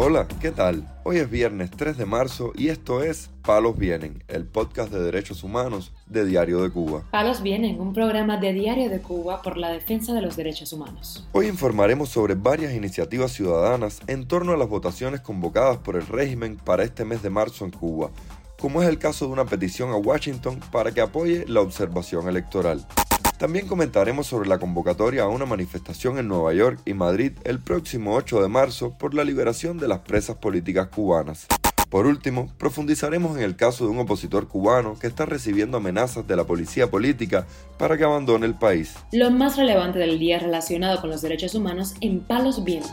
Hola, ¿qué tal? Hoy es viernes 3 de marzo y esto es Palos Vienen, el podcast de derechos humanos de Diario de Cuba. Palos Vienen, un programa de Diario de Cuba por la defensa de los derechos humanos. Hoy informaremos sobre varias iniciativas ciudadanas en torno a las votaciones convocadas por el régimen para este mes de marzo en Cuba, como es el caso de una petición a Washington para que apoye la observación electoral. También comentaremos sobre la convocatoria a una manifestación en Nueva York y Madrid el próximo 8 de marzo por la liberación de las presas políticas cubanas. Por último, profundizaremos en el caso de un opositor cubano que está recibiendo amenazas de la policía política para que abandone el país. Lo más relevante del día relacionado con los derechos humanos en Palos Vienen.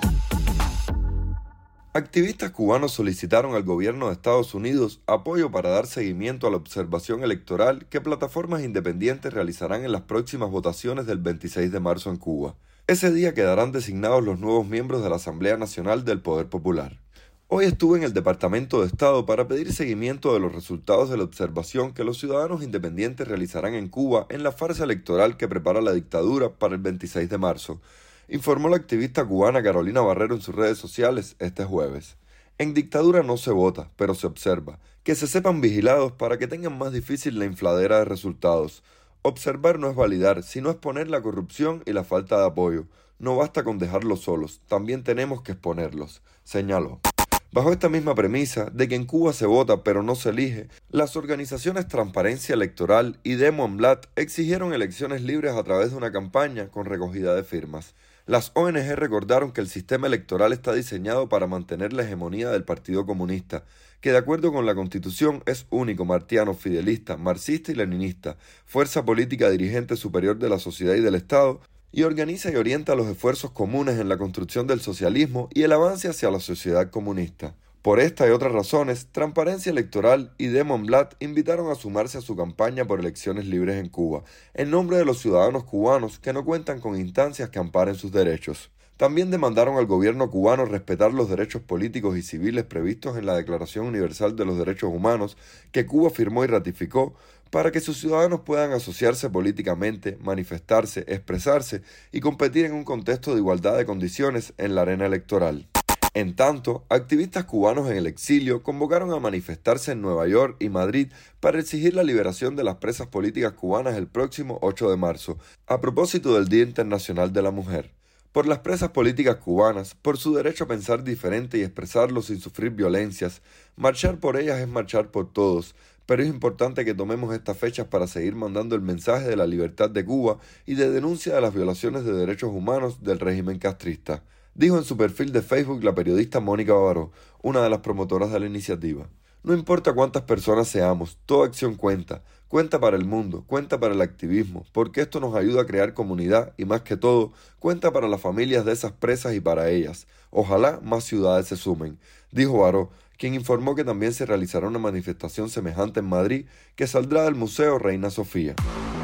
Activistas cubanos solicitaron al gobierno de Estados Unidos apoyo para dar seguimiento a la observación electoral que plataformas independientes realizarán en las próximas votaciones del 26 de marzo en Cuba. Ese día quedarán designados los nuevos miembros de la Asamblea Nacional del Poder Popular. Hoy estuve en el Departamento de Estado para pedir seguimiento de los resultados de la observación que los ciudadanos independientes realizarán en Cuba en la farsa electoral que prepara la dictadura para el 26 de marzo. Informó la activista cubana Carolina Barrero en sus redes sociales este jueves. En dictadura no se vota, pero se observa. Que se sepan vigilados para que tengan más difícil la infladera de resultados. Observar no es validar, sino exponer la corrupción y la falta de apoyo. No basta con dejarlos solos, también tenemos que exponerlos, señaló. Bajo esta misma premisa de que en Cuba se vota pero no se elige, las organizaciones Transparencia Electoral y Demo Amblat exigieron elecciones libres a través de una campaña con recogida de firmas. Las ONG recordaron que el sistema electoral está diseñado para mantener la hegemonía del Partido Comunista, que de acuerdo con la Constitución es único, martiano, fidelista, marxista y leninista, fuerza política dirigente superior de la sociedad y del Estado, y organiza y orienta los esfuerzos comunes en la construcción del socialismo y el avance hacia la sociedad comunista. Por esta y otras razones, Transparencia Electoral y Demo Amblat invitaron a sumarse a su campaña por elecciones libres en Cuba, en nombre de los ciudadanos cubanos que no cuentan con instancias que amparen sus derechos. También demandaron al gobierno cubano respetar los derechos políticos y civiles previstos en la Declaración Universal de los Derechos Humanos que Cuba firmó y ratificó, para que sus ciudadanos puedan asociarse políticamente, manifestarse, expresarse y competir en un contexto de igualdad de condiciones en la arena electoral. En tanto, activistas cubanos en el exilio convocaron a manifestarse en Nueva York y Madrid para exigir la liberación de las presas políticas cubanas el próximo 8 de marzo, a propósito del Día Internacional de la Mujer. Por las presas políticas cubanas, por su derecho a pensar diferente y expresarlo sin sufrir violencias, marchar por ellas es marchar por todos, pero es importante que tomemos estas fechas para seguir mandando el mensaje de la libertad de Cuba y de denuncia de las violaciones de derechos humanos del régimen castrista, dijo en su perfil de Facebook la periodista Mónica Baró, una de las promotoras de la iniciativa. No importa cuántas personas seamos, toda acción cuenta. Cuenta para el mundo, cuenta para el activismo, porque esto nos ayuda a crear comunidad y más que todo, cuenta para las familias de esas presas y para ellas. Ojalá más ciudades se sumen, dijo Baró, quien informó que también se realizará una manifestación semejante en Madrid que saldrá del Museo Reina Sofía.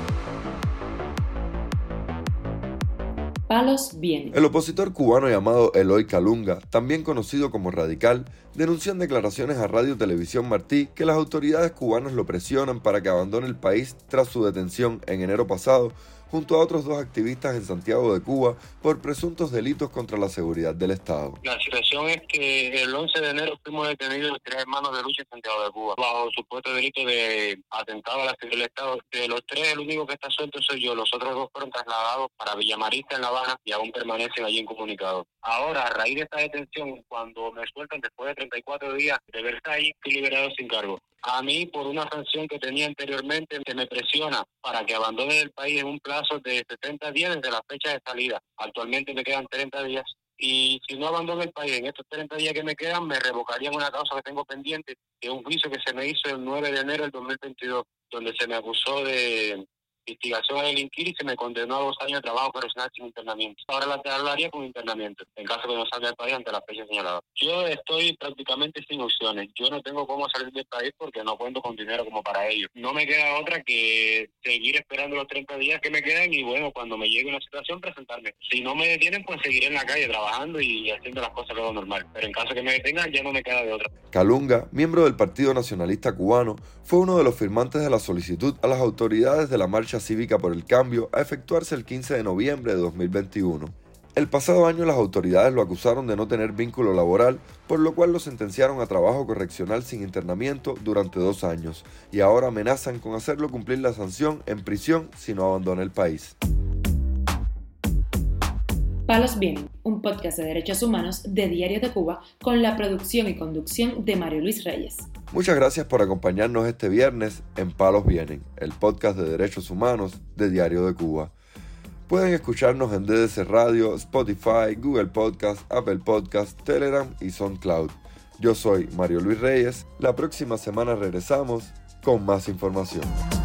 Palos Vienen. El opositor cubano llamado Eloy Calunga, también conocido como Radical, denunció en declaraciones a Radio Televisión Martí que las autoridades cubanas lo presionan para que abandone el país tras su detención en enero pasado, junto a otros dos activistas en Santiago de Cuba por presuntos delitos contra la seguridad del Estado. La situación es que el 11 de enero fuimos detenidos los 3 hermanos de lucha en Santiago de Cuba, bajo supuesto delito de atentado a la seguridad del Estado. De los 3, el único que está suelto soy yo. Los otros 2 fueron trasladados para Villamarista en La Habana y aún permanecen allí incomunicados. Ahora, a raíz de esta detención, cuando me sueltan después de 34 días de Versailles, fui liberado sin cargo. A mí, por una sanción que tenía anteriormente, se me presiona para que abandone el país en un plazo de 70 días desde la fecha de salida. Actualmente me quedan 30 días. Y si no abandono el país en estos 30 días que me quedan, me revocarían una causa que tengo pendiente, que es un juicio que se me hizo el 9 de enero del 2022, donde se me acusó de instigación a delinquir y se me condenó a 2 años de trabajo personal sin internamiento. Ahora la hablaría con internamiento, en caso de no salga del país ante la fecha señalada. Yo estoy prácticamente sin opciones. Yo no tengo cómo salir del país porque no cuento con dinero como para ello. No me queda otra que seguir esperando los 30 días que me quedan y bueno, cuando me llegue una situación, presentarme. Si no me detienen, pues seguiré en la calle trabajando y haciendo las cosas luego normal. Pero en caso que me detengan, ya no me queda de otra. Calunga, miembro del Partido Nacionalista Cubano, fue uno de los firmantes de la solicitud a las autoridades de la Marcha Cívica por el Cambio a efectuarse el 15 de noviembre de 2021. El pasado año las autoridades lo acusaron de no tener vínculo laboral, por lo cual lo sentenciaron a trabajo correccional sin internamiento durante 2 años, y ahora amenazan con hacerlo cumplir la sanción en prisión si no abandona el país. Palos Vienen, un podcast de derechos humanos de Diario de Cuba con la producción y conducción de Mario Luis Reyes. Muchas gracias por acompañarnos este viernes en Palos Vienen, el podcast de derechos humanos de Diario de Cuba. Pueden escucharnos en DDC Radio, Spotify, Google Podcast, Apple Podcast, Telegram y SoundCloud. Yo soy Mario Luis Reyes. La próxima semana regresamos con más información.